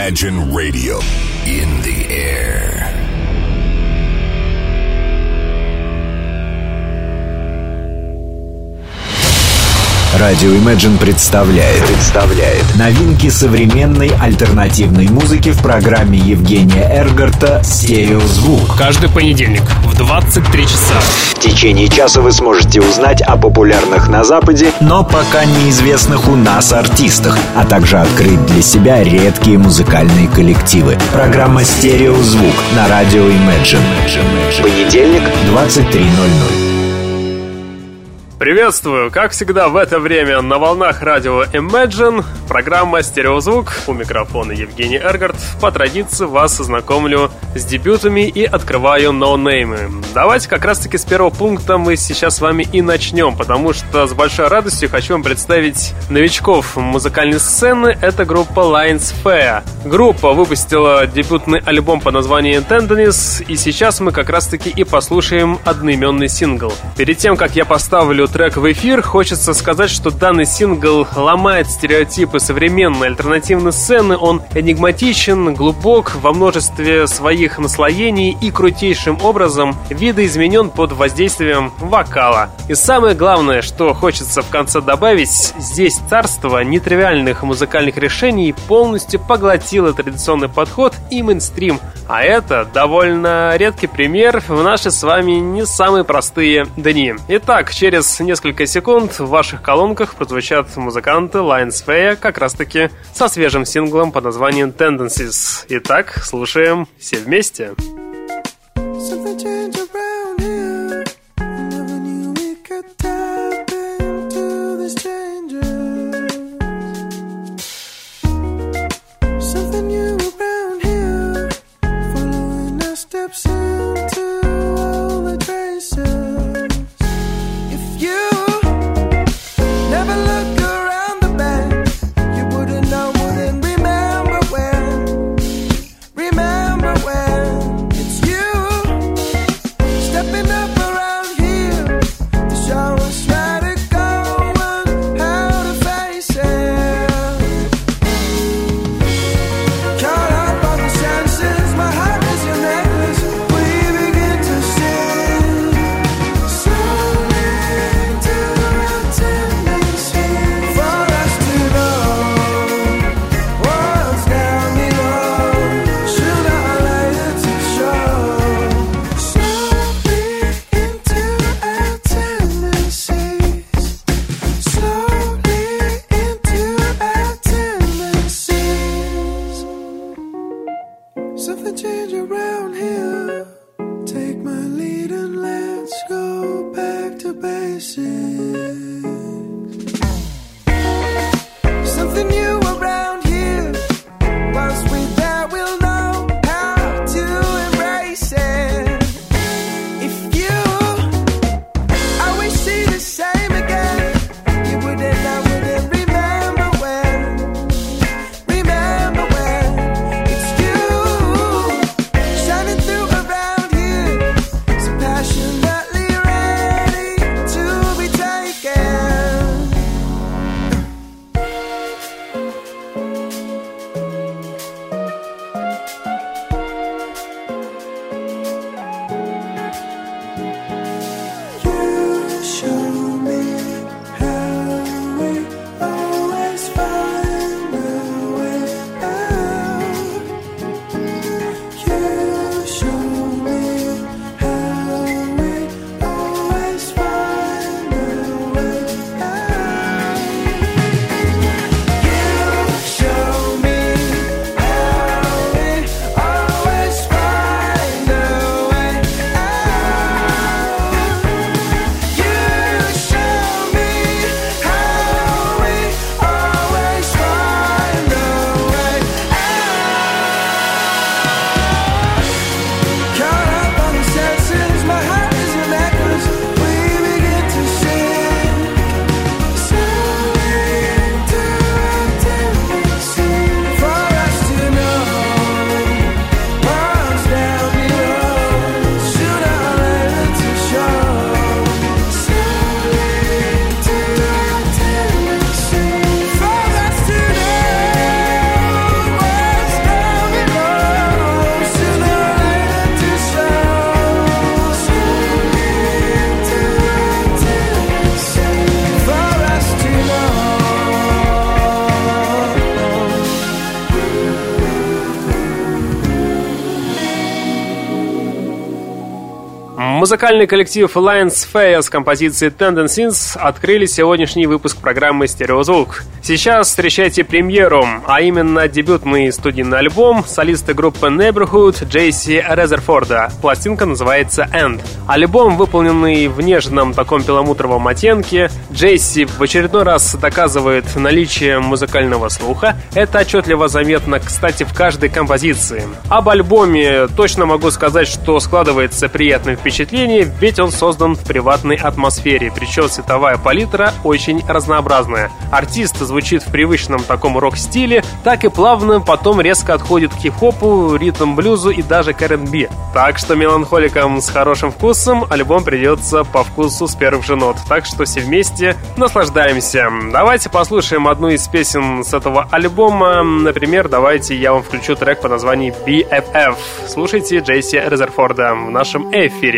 Imagine Radio in the air. Радио Imagine представляет новинки современной альтернативной музыки в программе Евгения Эргарта «Стереозвук». Каждый понедельник в 23 часа. В течение часа вы сможете узнать о популярных на Западе, но пока неизвестных у нас артистах, а также открыть для себя редкие музыкальные коллективы. Программа «Стереозвук» на радио Imagine. Понедельник, 23:00. Приветствую! Как всегда в это время на волнах радио Imagine программа «Стереозвук». У микрофона Евгений Эргарт. По традиции вас знакомлю с дебютами и открываю ноунеймы. Давайте как раз-таки с первого пункта мы сейчас с вами и начнем, потому что с большой радостью хочу вам представить новичков музыкальной сцены. Это группа Lions Fair. Группа выпустила дебютный альбом под названием Tenderness, и сейчас мы как раз-таки и послушаем одноименный сингл. Перед тем, как я поставлю трек в эфир, хочется сказать, что данный сингл ломает стереотипы современной альтернативной сцены. Он энигматичен, глубок во множестве своих наслоений и крутейшим образом видоизменен под воздействием вокала. И самое главное, что хочется в конце добавить, здесь царство нетривиальных музыкальных решений полностью поглотило традиционный подход и мейнстрим. А это довольно редкий пример в наши с вами не самые простые дни. Итак, через несколько секунд в ваших колонках прозвучат музыканты Lions Fair как раз-таки со свежим синглом под названием Tendencies. Итак, слушаем все вместе. Музыкальный коллектив Lance Fair с композицией Tendencies открыли сегодняшний выпуск программы «Стереозвук». Сейчас встречайте премьеру, а именно дебютный студийный альбом солиста группы Neighborhood Джейси Резерфорда. Пластинка называется «End». Альбом, выполненный в нежном таком перламутровом оттенке, Джейси в очередной раз доказывает наличие музыкального слуха. Это отчетливо заметно, кстати, в каждой композиции. Об альбоме точно могу сказать, что складывается приятное впечатление, ведь он создан в приватной атмосфере, причем цветовая палитра очень разнообразная. Артист звучит в привычном таком рок-стиле, так и плавно потом резко отходит к хип-хопу, ритм-блюзу и даже к R&B. Так что меланхоликам с хорошим вкусом альбом придется по вкусу с первых же нот, так что все вместе наслаждаемся. Давайте послушаем одну из песен с этого альбома. Например, давайте я вам включу трек по названию BFF. Слушайте Джейси Резерфорда в нашем эфире.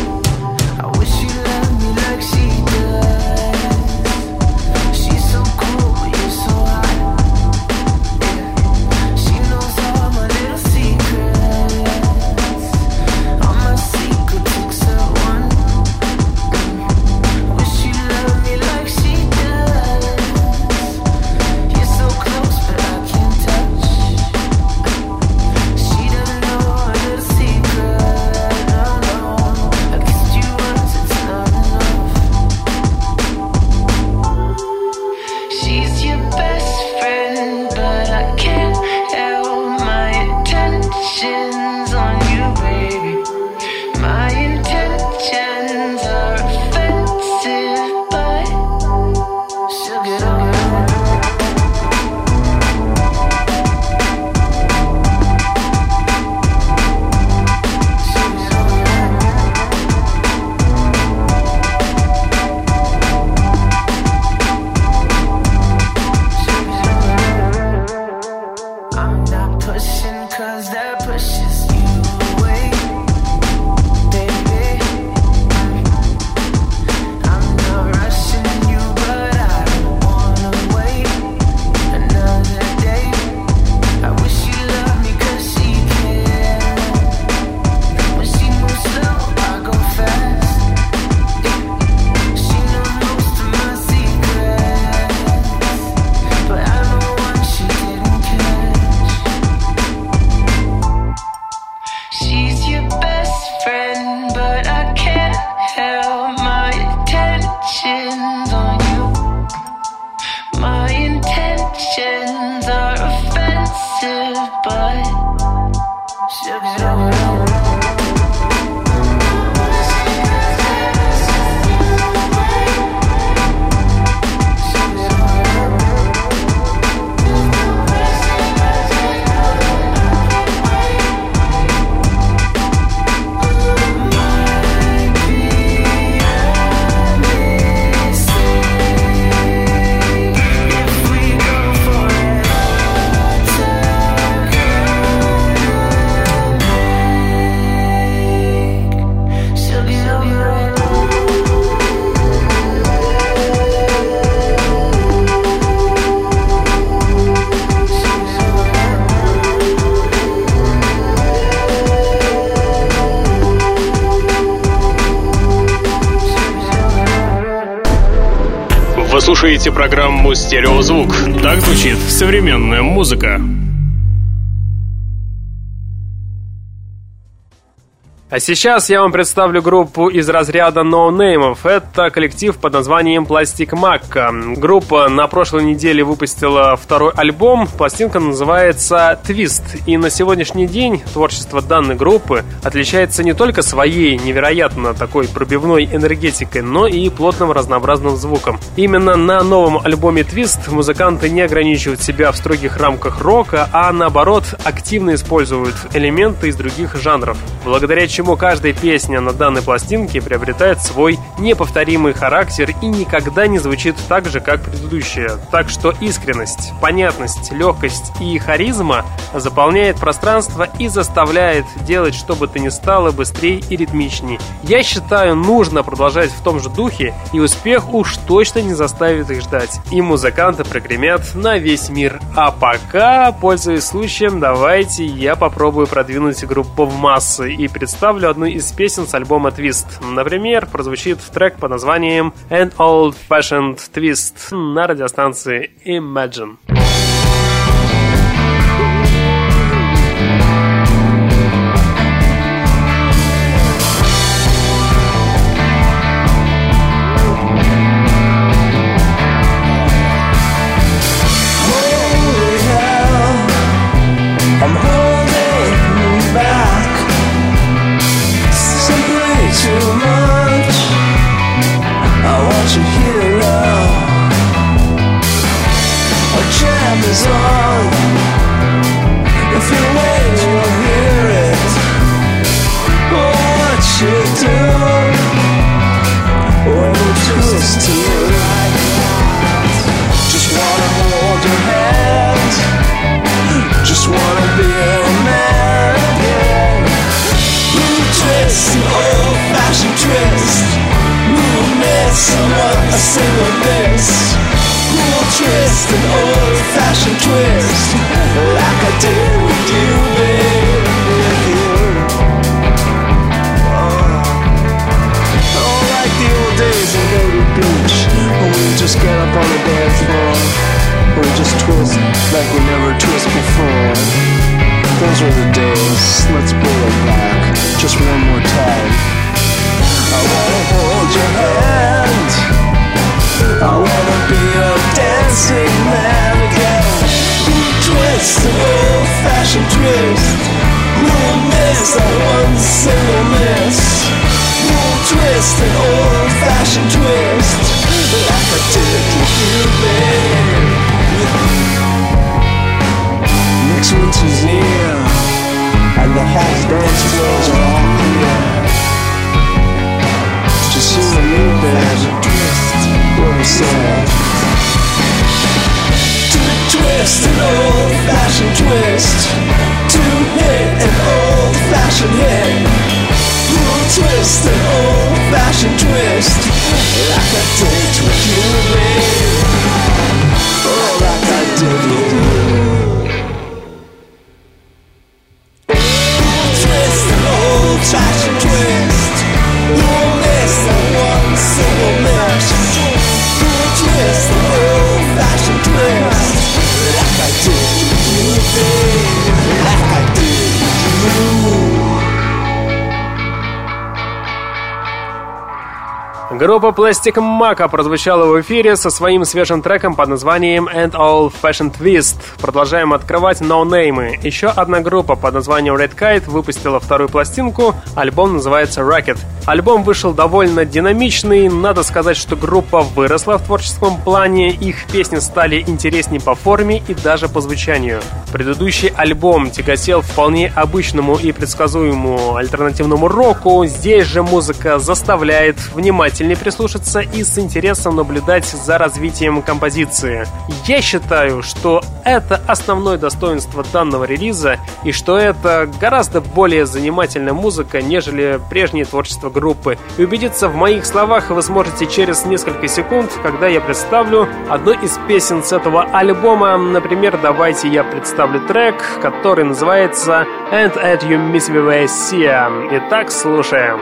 Вы слушаете программу «Стереозвук». Так звучит современная музыка. А сейчас я вам представлю группу из разряда ноунеймов. Это коллектив под названием Plastic Macca. Группа на прошлой неделе выпустила второй альбом. Пластинка называется Twist. И на сегодняшний день творчество данной группы отличается не только своей невероятно такой пробивной энергетикой, но и плотным разнообразным звуком. Именно на новом альбоме Twist музыканты не ограничивают себя в строгих рамках рока, а наоборот активно используют элементы из других жанров, благодаря чему каждая песня на данной пластинке приобретает свой неповторимый характер и никогда не звучит так же, как предыдущая. Так что искренность, понятность, легкость и харизма заполняет пространство и заставляет делать что бы то ни стало быстрее и ритмичнее. Я считаю, нужно продолжать в том же духе, и успех уж точно не заставит их ждать. И музыканты прогремят на весь мир. А пока, пользуясь случаем, давайте я попробую продвинуть группу в массы и представить представлю одну из песен с альбома Twist. Например, прозвучит трек под названием An Old Fashioned Twist на радиостанции Imagine. A single miss. We'll twist an old-fashioned twist, like I did with you, baby. Oh, like the old days in Baby Beach, when we just get up on the dance floor, and we just twist like we never twist before. Those were the days. Let's bring them back, just one more time. I wanna hold your hand. I wanna be a dancing man again. We'll twist an old-fashioned twist. We'll miss that one single miss. We'll twist an old-fashioned twist, like I did with you, babe. Next winter's near, and the hot dance floors are all clear. Just you and me, babe. What we said. To twist an old-fashioned twist, to hit an old-fashioned hit. We'll twist an old-fashioned twist, like I did with you, babe. Oh, like I did with you. We'll twist an old-fashioned twist. We'll miss that one single miss. Twist, an old-fashioned twist, like I did with you, babe, like I did with you. Группа Plastic Maka прозвучала в эфире со своим свежим треком под названием An Old Fashioned Twist. Продолжаем открывать ноунеймы. Еще одна группа под названием Red Kite выпустила вторую пластинку. Альбом называется Rocket. Альбом вышел довольно динамичный. Надо сказать, что группа выросла в творческом плане. Их песни стали интереснее по форме и даже по звучанию. Предыдущий альбом тяготел вполне обычному и предсказуемому альтернативному року. Здесь же музыка заставляет внимательнее прислушаться и с интересом наблюдать за развитием композиции. Я считаю, что это основное достоинство данного релиза и что это гораздо более занимательная музыка, нежели прежнее творчество группы. И убедиться в моих словах вы сможете через несколько секунд, когда я представлю одну из песен с этого альбома. Например, давайте я представлю трек, который называется And At You Miss Me Way Sia. Итак, слушаем.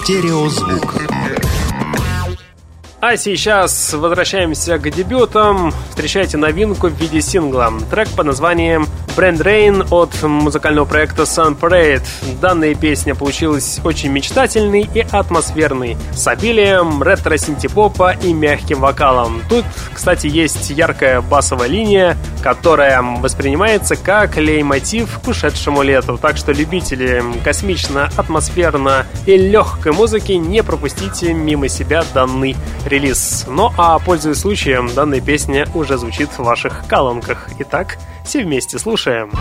Стереозвук. А сейчас возвращаемся к дебютам. Встречайте новинку в виде сингла. Трек под названием Brain Drain от музыкального проекта Sun Parade. Данная песня получилась очень мечтательной и атмосферной, с обилием ретро-синтепопа и мягким вокалом. Тут, кстати, есть яркая басовая линия, которая воспринимается как лейтмотив к ушедшему лету. Так что любители космично, атмосферно и легкой музыки, не пропустите мимо себя данный релиз. Ну а пользуясь случаем, данная песня уже звучит в ваших колонках. Итак, все вместе слушаем.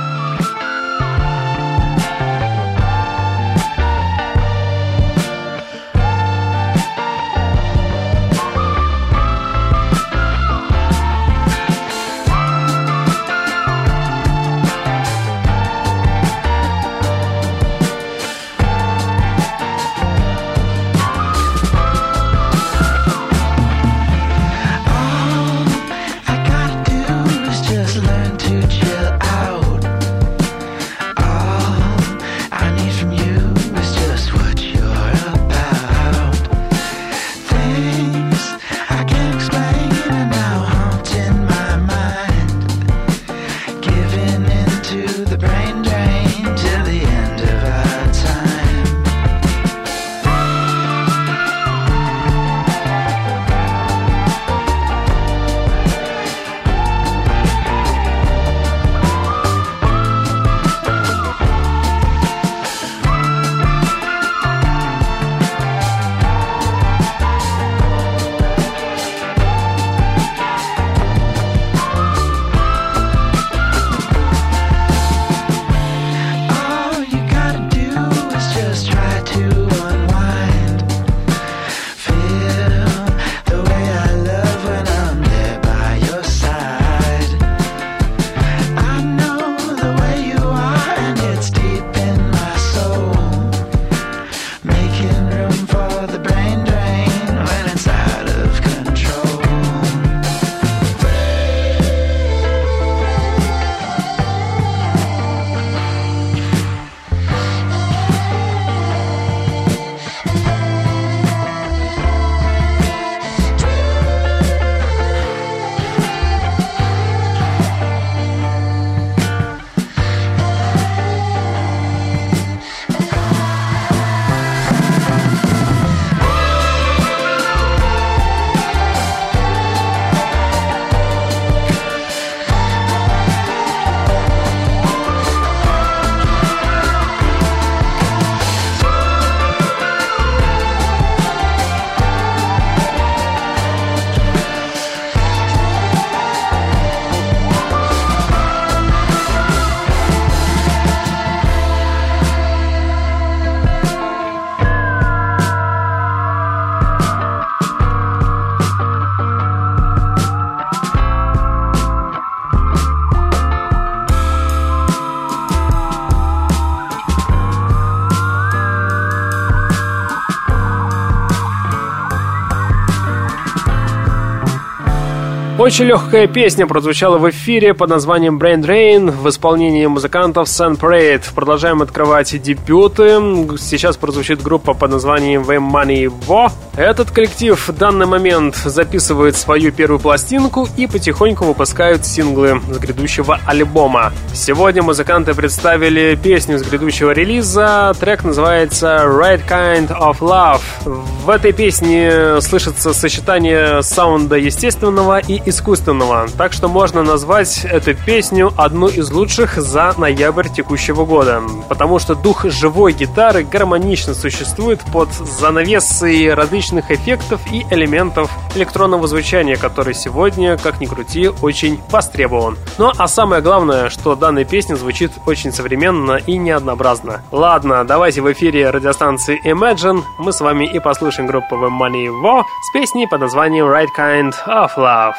Очень легкая песня прозвучала в эфире под названием Brain Drain в исполнении музыкантов Sun Parade. Продолжаем открывать дебюты. Сейчас прозвучит группа под названием The Money Wo. Этот коллектив в данный момент записывает свою первую пластинку и потихоньку выпускают синглы с грядущего альбома. Сегодня музыканты представили песню с грядущего релиза. Трек называется Right Kind of Love. В этой песне слышится сочетание саунда естественного и искусственного, так что можно назвать эту песню одну из лучших за ноябрь текущего года, потому что дух живой гитары гармонично существует под занавесой различных эффектов и элементов электронного звучания, который сегодня, как ни крути, очень востребован. Ну а самое главное, что данная песня звучит очень современно и неоднообразно. Ладно, давайте в эфире радиостанции Imagine мы с вами и послушаем группу The Money Wo с песней под названием Right Kind of Love.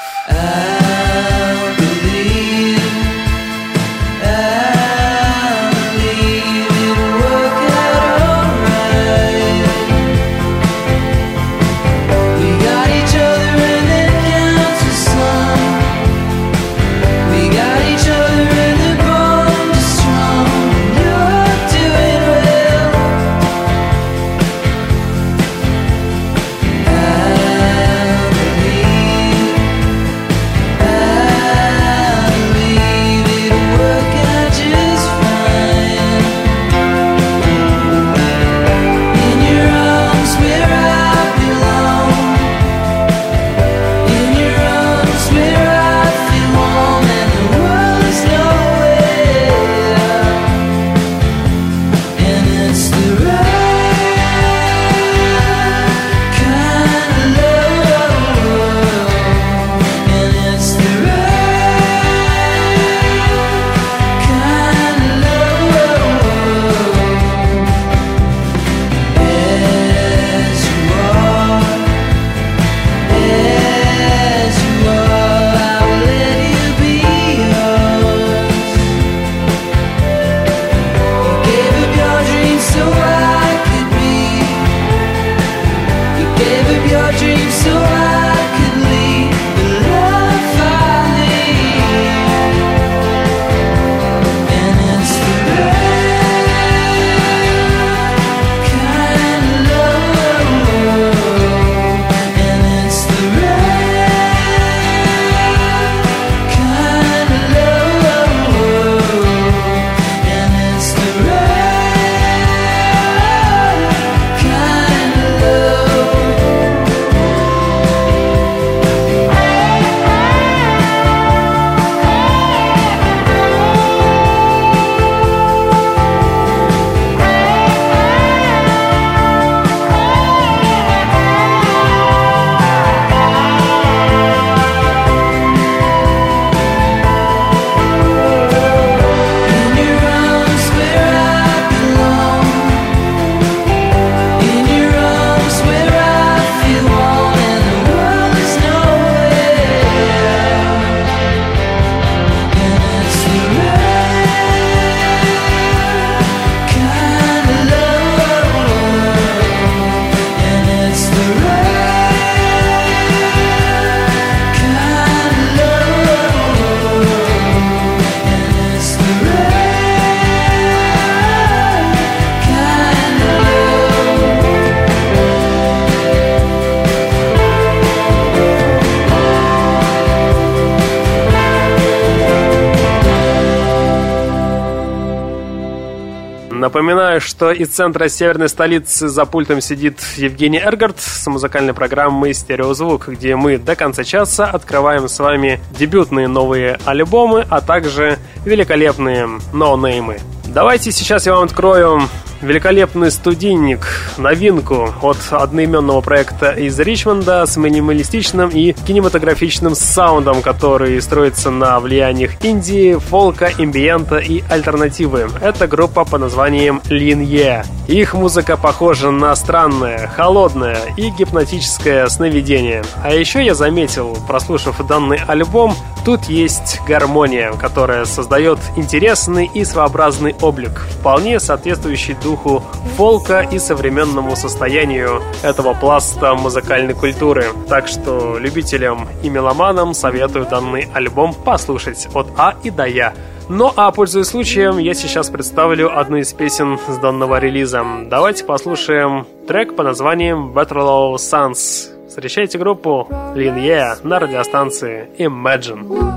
Напоминаю, что из центра северной столицы за пультом сидит Евгений Эргард с музыкальной программой «Стереозвук», где мы до конца часа открываем с вами дебютные новые альбомы, а также великолепные ноунеймы. Давайте сейчас я вам открою великолепный студийник, новинку от одноименного проекта из Ричмонда с минималистичным и кинематографичным саундом, который строится на влияниях инди, фолка, эмбиента и альтернативы. Это группа под названием Линье. Их музыка похожа на странное, холодное и гипнотическое сновидение. А еще я заметил, прослушав данный альбом, тут есть гармония, которая создает интересный и своеобразный облик, вполне соответствующий духу фолка и современному состоянию этого пласта музыкальной культуры. Так что любителям и меломанам советую данный альбом послушать от А и до Я. Ну а пользуясь случаем, я сейчас представлю одну из песен с данного релиза. Давайте послушаем трек под названием Better Low Sons. Встречайте группу Линье на радиостанции Imagine.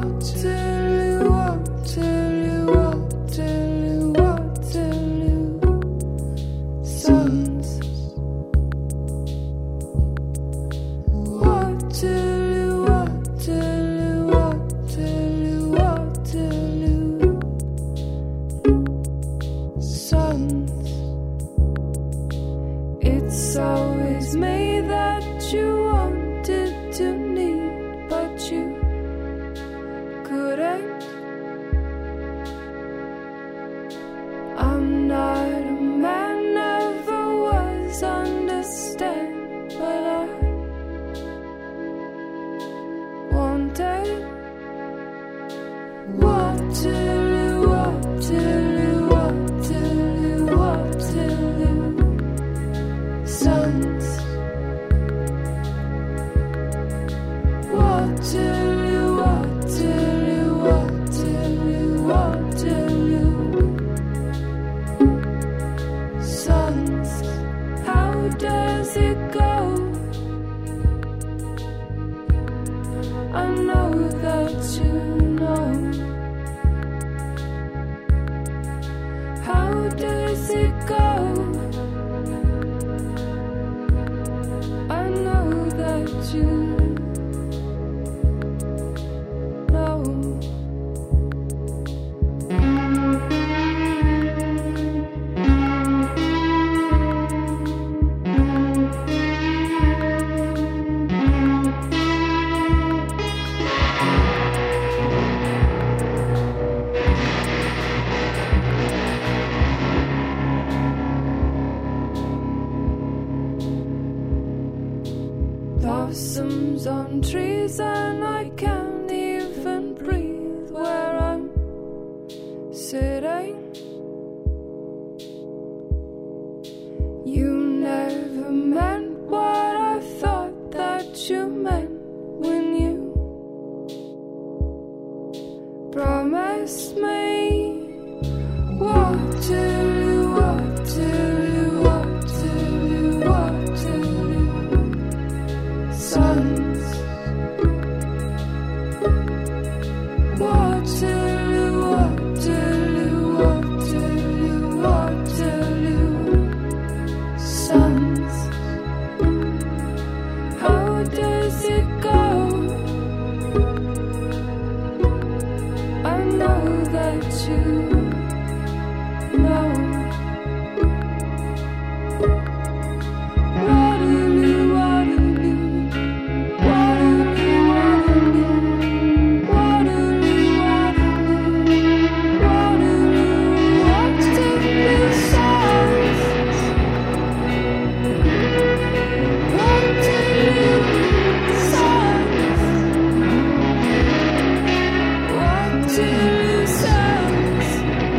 Blossoms on trees and I can't even breathe where I'm sitting. You never meant what I thought that you meant when you promised me. Waterloo, Waterloo, Waterloo, Waterloo, sons. Waterloo, Waterloo, Waterloo, Waterloo, sons. How does it go? I know that you know. Waterloo, Waterloo, Waterloo, Waterloo, Waterloo, Waterloo, Waterloo, sons. Waterloo, sons. Waterloo, sons.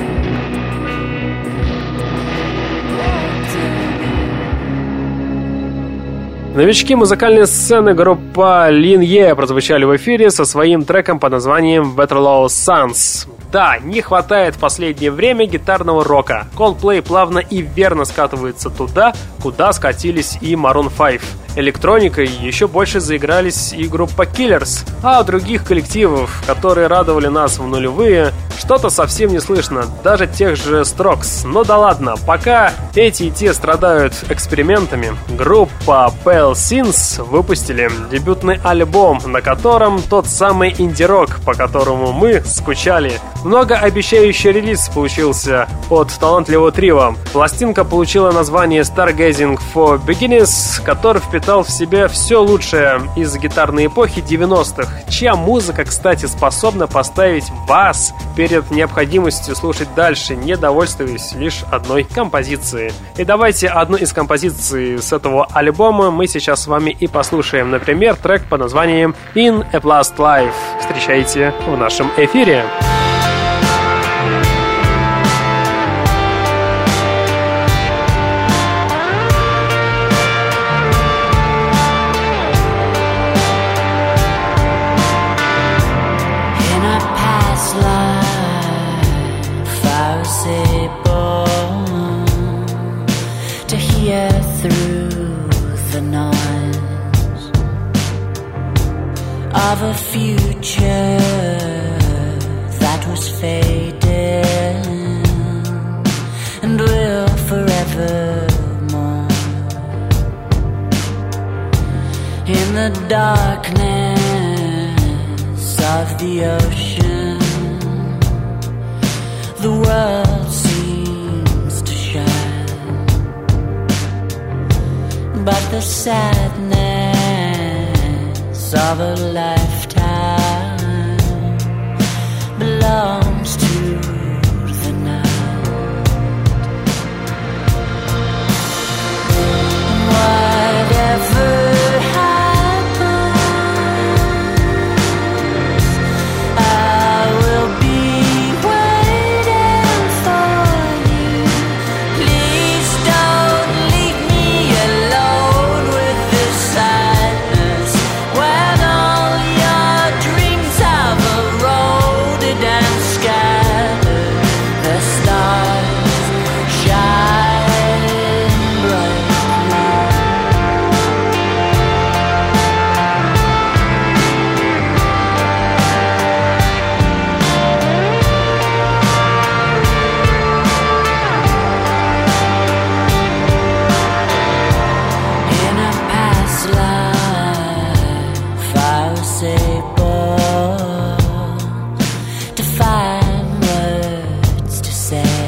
Новички музыкальной сцены группа Линье прозвучали в эфире со своим треком под названием Better Low Sons. Да, не хватает в последнее время гитарного рока. Coldplay плавно и верно скатывается туда, куда скатились и Maroon 5. электроникой еще больше заигрались и группа Killers, а у других коллективов, которые радовали нас в нулевые, что-то совсем не слышно, даже тех же Strokes. Но да ладно, пока эти и те страдают экспериментами, группа Pale Sins выпустили дебютный альбом, на котором тот самый инди-рок, по которому мы скучали. Многообещающий релиз получился от талантливого трио. Пластинка получила название Stargazing for Beginners, который впитал в себя все лучшее из гитарной эпохи 90-х, чья музыка, кстати, способна поставить вас перед необходимостью слушать дальше, не довольствуясь лишь одной композицией. И давайте одну из композиций с этого альбома мы сейчас с вами и послушаем. Например, трек под названием In a Past Life. Встречайте в нашем эфире. Of a future that was fading and will forevermore. In the darkness of the ocean, the world seems to shine, but the sadness of a lifetime belongs to the night. Whatever happens, I will be waiting for you. Please don't leave me alone with this sadness. When all your dreams have eroded and scattered, the stars shine brightly. In a past life, I was able to find words to say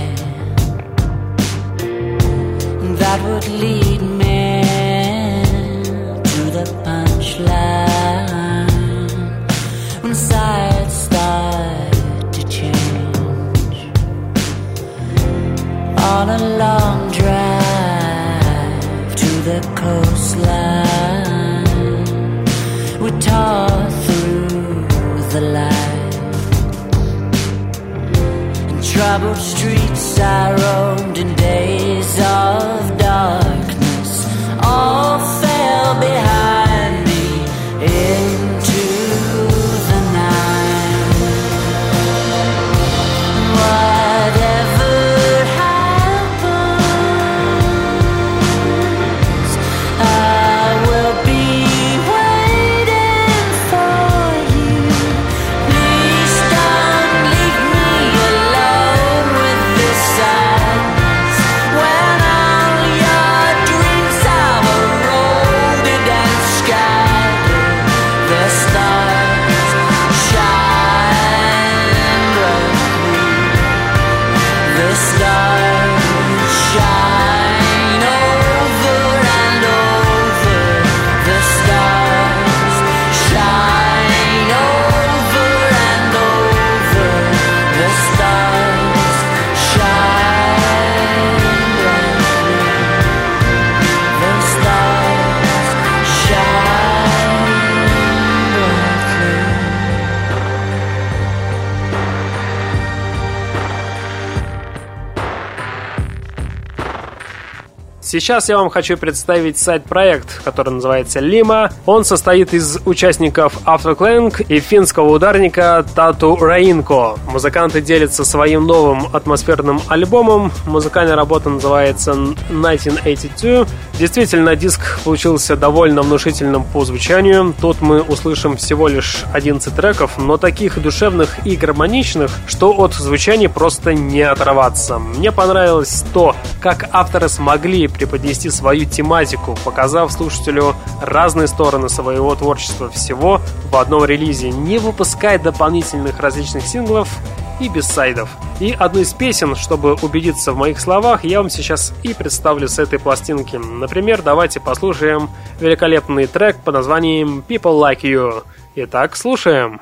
that would lead me to the punchline when sides start to change. On a long drive to the coastline, we tore through the light. In troubled streets I roamed in days of darkness. All fell behind me into the night. Whatever happens, I will be waiting for you. Please don't leave me alone with this sadness. Сейчас я вам хочу представить сайт-проект, который называется Lima. Он состоит из участников Afterclang и финского ударника Тату Раинко. Музыканты делятся своим новым атмосферным альбомом. Музыкальная работа называется 1982. Действительно, диск получился довольно внушительным по звучанию. Тут мы услышим всего лишь 11 треков, но таких душевных и гармоничных, что от звучания просто не оторваться. Мне понравилось то, как авторы смогли преподнести свою тематику, показав слушателю разные стороны своего творчества всего в одном релизе, не выпуская дополнительных различных синглов и бисайдов. И одну из песен, чтобы убедиться в моих словах, я вам сейчас и представлю с этой пластинки. Например, давайте послушаем великолепный трек под названием People Like You. Итак, слушаем.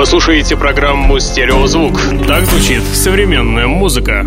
слушаете программу «Стереозвук». Так звучит современная музыка.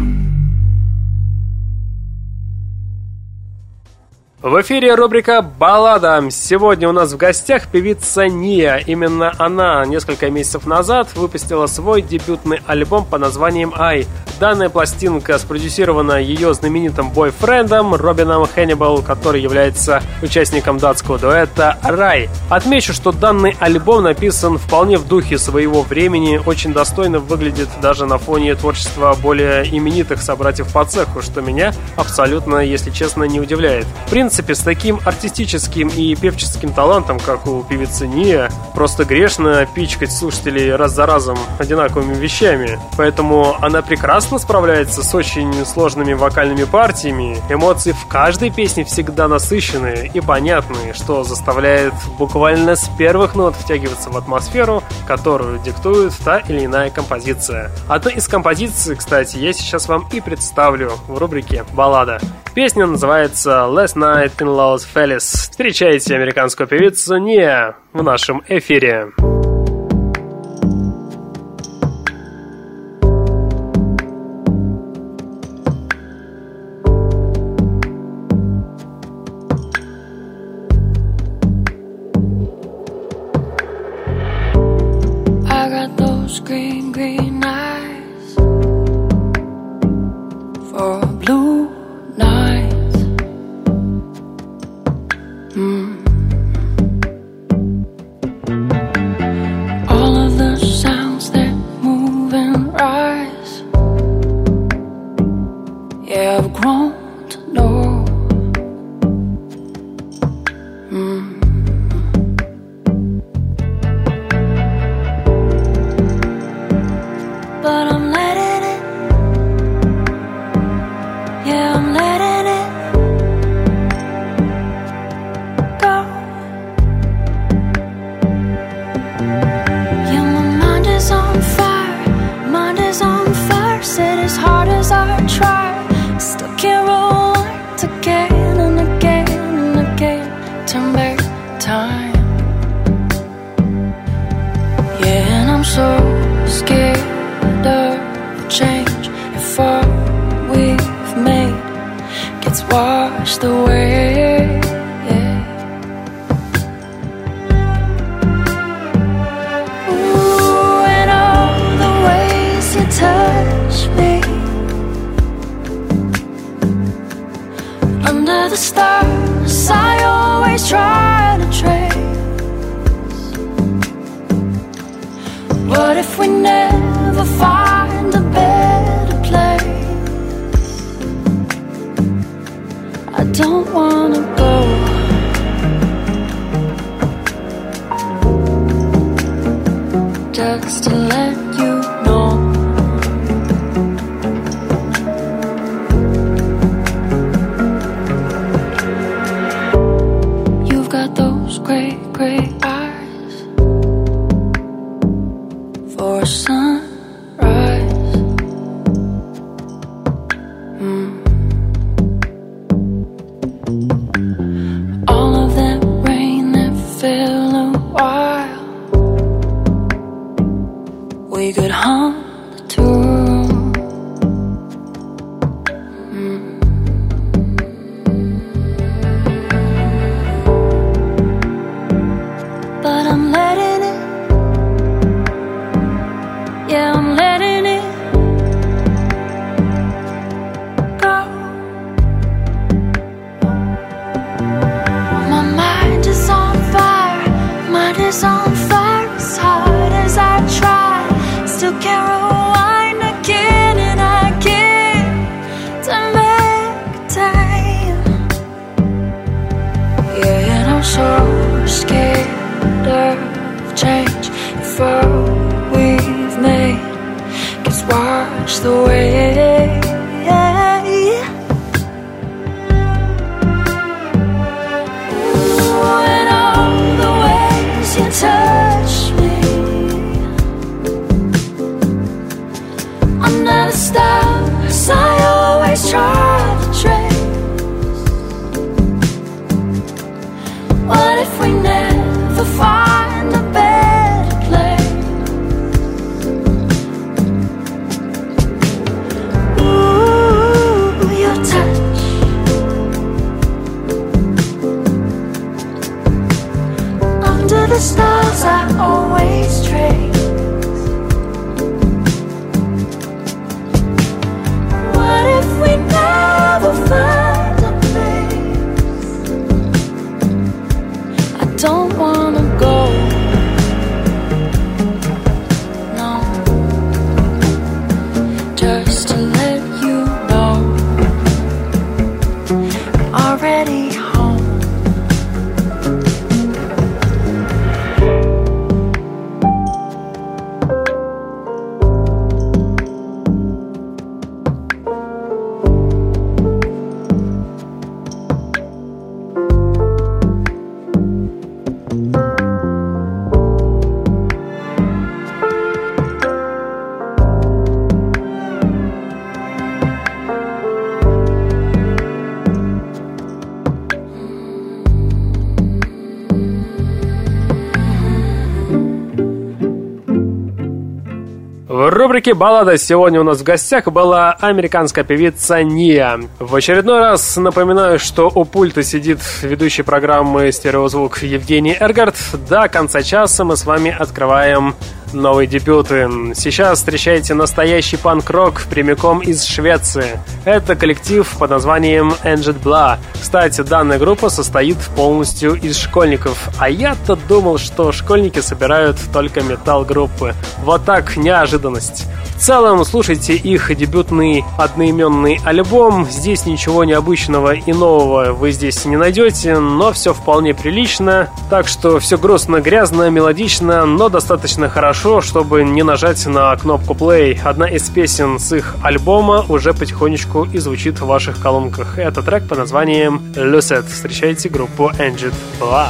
В эфире рубрика «Баллада». Сегодня у нас в гостях певица Ния. Именно она несколько месяцев назад выпустила свой дебютный альбом под названием «I». Данная пластинка спродюсирована ее знаменитым бойфрендом Робином Хеннибал, который является участником датского дуэта «Рай». Отмечу, что данный альбом написан вполне в духе своего времени, очень достойно выглядит даже на фоне творчества более именитых собратьев по цеху, что меня абсолютно, если честно, не удивляет. В принципе, с таким артистическим и певческим талантом, как у певицы Ния, просто грешно пичкать слушателей раз за разом одинаковыми вещами. Поэтому она прекрасно справляется с очень сложными вокальными партиями. Эмоции в каждой песне всегда насыщенные и понятные, что заставляет буквально с первых нот втягиваться в атмосферу, которую диктует та или иная композиция. Одну из композиций, кстати, я сейчас вам и представлю в рубрике «Баллада». Песня называется «Last Night in Los Feliz». Встречайте американскую певицу Ния в нашем эфире. I got those green, green eyes for a blue night. All of the sounds that move and rise, yeah, I've grown to know. But I'm letting it, yeah, I'm letting it go. Yeah, my mind is on fire, mind is on fire. Said as hard as I try, still can't rewind again and again and again. Turn back time, yeah, and I'm so scared of change if all we've made gets washed away. Ooh, and all the ways you touch me under the stars, I always try to trace. What if we never find a better place? I don't wanna go. Just to let you know, you've got those gray, gray eyes for a sunrise. All of that rain that fell a while, we could hum the tune. But I'm letting it, yeah, I'm letting it go. рубрике «Баллада» сегодня у нас в гостях была американская певица Ния. В очередной раз напоминаю, что у пульта сидит ведущий программы «Стереозвук» Евгений Эргард. До конца часа мы с вами открываем новые дебюты. Сейчас встречаете настоящий панк-рок прямиком из Швеции. Это коллектив под названием Angel Blah. Кстати, данная группа состоит полностью из школьников. А я-то думал, что школьники собирают только метал-группы. Вот так, неожиданность. В целом, слушайте их дебютный одноименный альбом. Здесь ничего необычного и нового вы здесь не найдете, но все вполне прилично. Так что все грустно, грязно, мелодично, но достаточно хорошо, чтобы не нажать на кнопку play. Одна из песен с их альбома уже потихонечку и звучит в ваших колонках. Это трек под названием Lucid. Встречайте группу Angel Blah.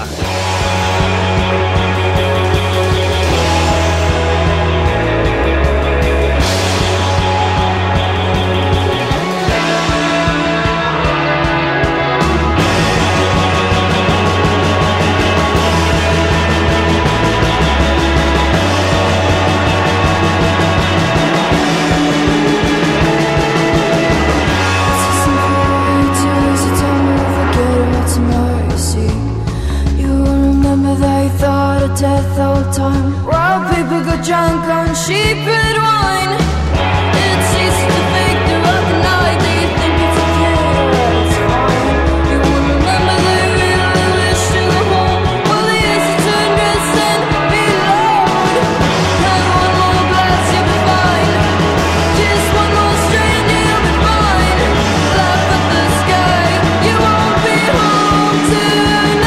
Death all time. While people go drunk on cheap red wine, it ceased to fake the rock night. Do you think it's okay? Well, it's fine. You won't remember they really wish to go home. Well, the years to turn dress and be loud. Have one more glass, you'll be fine. Just one more strain, you'll be fine. Laugh at the sky, you won't be home tonight.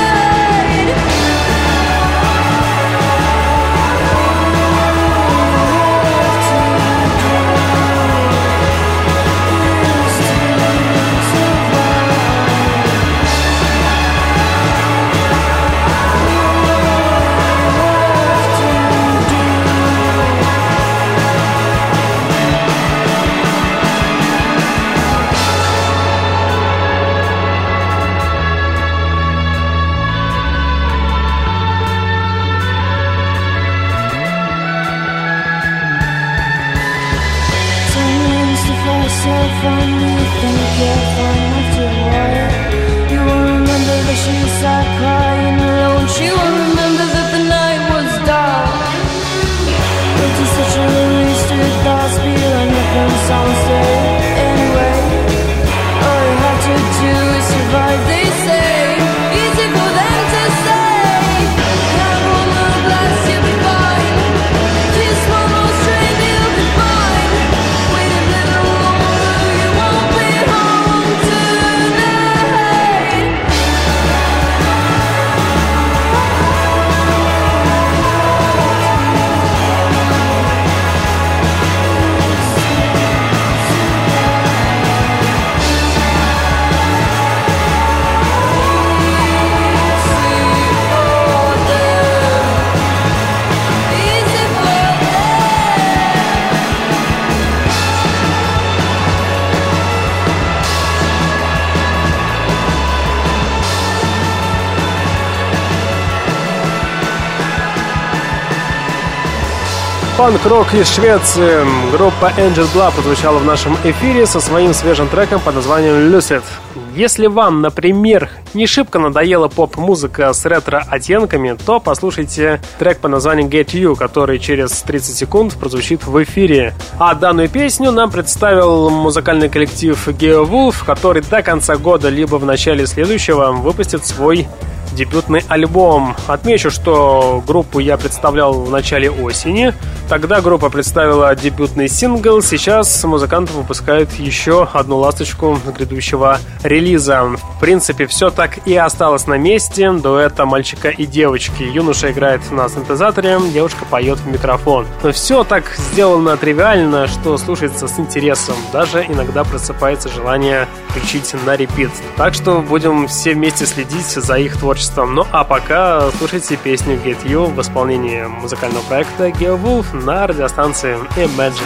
Панк-рок из Швеции. Группа Angel Blah прозвучала в нашем эфире со своим свежим треком под названием Lucid. Если вам, например, не шибко надоела поп-музыка с ретро-оттенками, то послушайте трек под названием Get You, который через 30 секунд прозвучит в эфире. А данную песню нам представил музыкальный коллектив Geowulf, который до конца года либо в начале следующего выпустит свой дебютный альбом. Отмечу, что группу я представлял в начале осени. Тогда группа представила дебютный сингл. Сейчас музыканты выпускают еще одну ласточку грядущего релиза. В принципе, все так и осталось на месте. Дуэта мальчика и девочки. Юноша играет на синтезаторе, девушка поет в микрофон. Но все так сделано тривиально, что слушается с интересом. Даже иногда просыпается желание включить на репит. Так что будем все вместе следить за их творчеством. Ну а пока слушайте песню Get You в исполнении музыкального проекта Geowulf на радиостанции Imagine.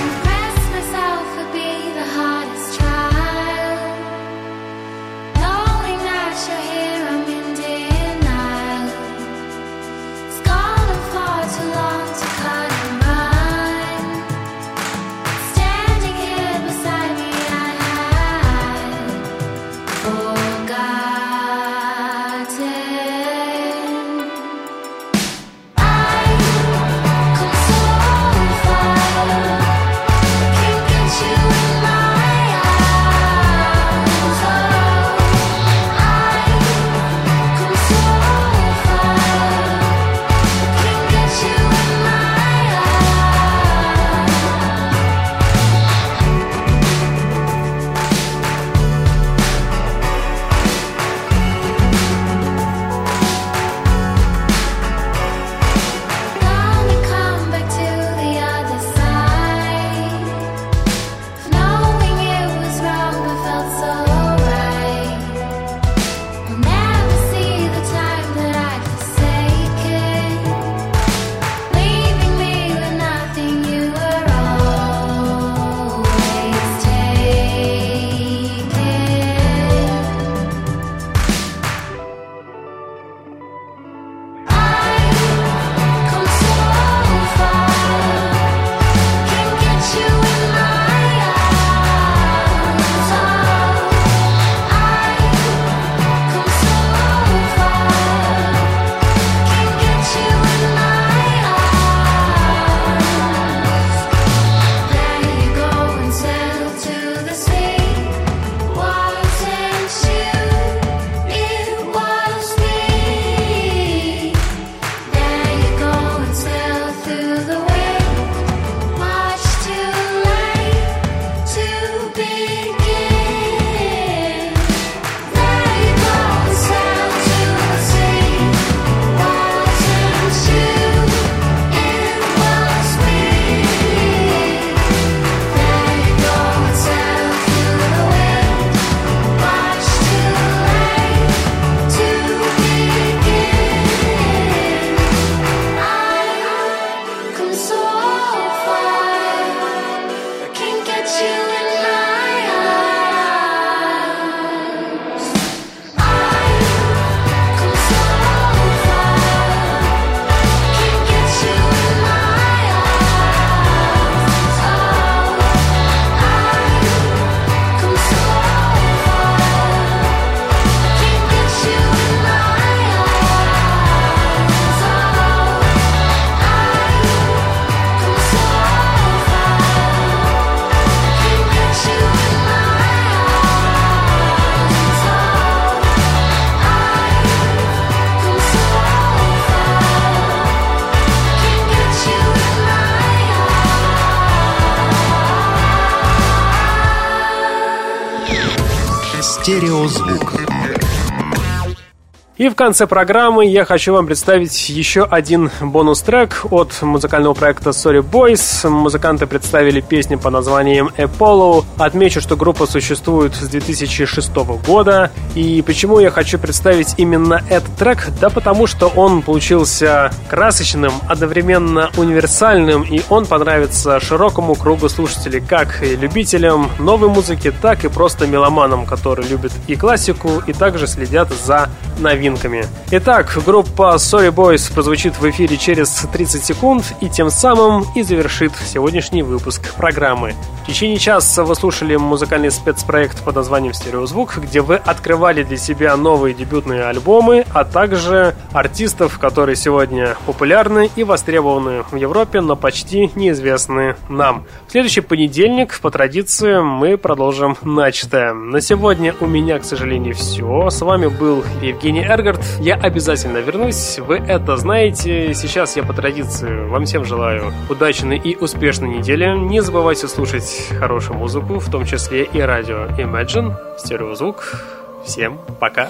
Стереозвук. И в конце программы я хочу вам представить еще один бонус-трек от музыкального проекта Sorry Boys. Музыканты представили песни по названием Apollo. Отмечу, что группа существует с 2006 года. И почему я хочу представить именно этот трек? Да потому что он получился красочным, одновременно универсальным, и он понравится широкому кругу слушателей, как и любителям новой музыки, так и просто меломанам, которые любят и классику, и также следят за новинками. Итак, группа Sorry Boys прозвучит в эфире через 30 секунд и тем самым и завершит сегодняшний выпуск программы. В течение часа вы слушали музыкальный спецпроект под названием «Стереозвук», где вы открывали для себя новые дебютные альбомы, а также артистов, которые сегодня популярны и востребованы в Европе, но почти неизвестны нам. В следующий понедельник, по традиции, мы продолжим начатое. На сегодня у меня, к сожалению, все. С вами был Евгений Эргард. Я обязательно вернусь, вы это знаете. Сейчас я по традиции вам всем желаю удачной и успешной недели. Не забывайте слушать хорошую музыку, в том числе и радио Imagine, Стереозвук. Всем пока.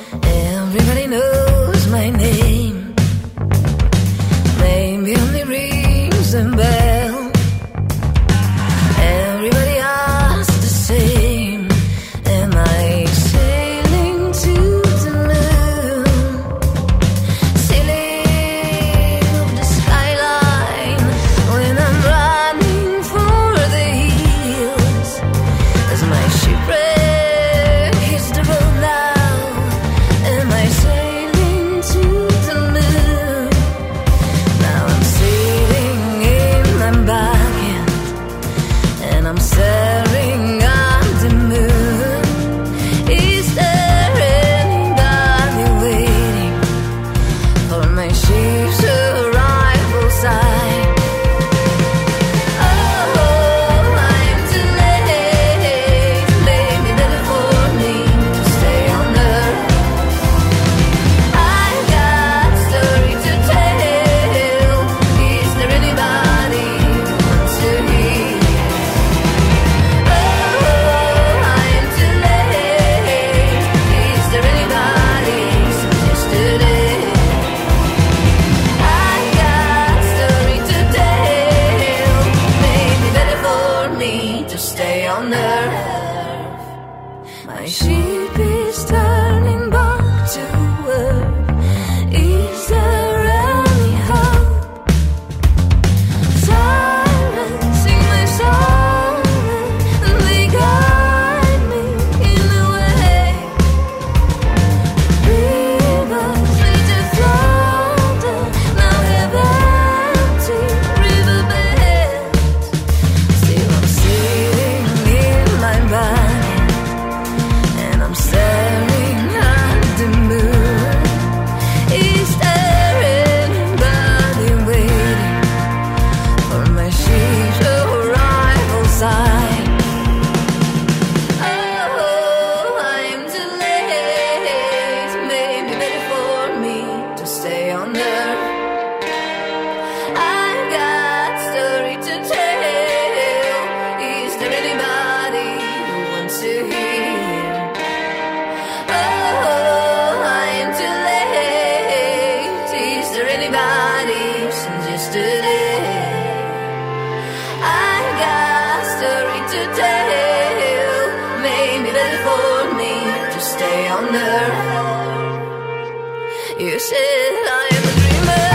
You said I am a dreamer.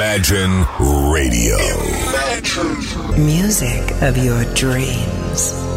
Imagine Radio. Music of your dreams.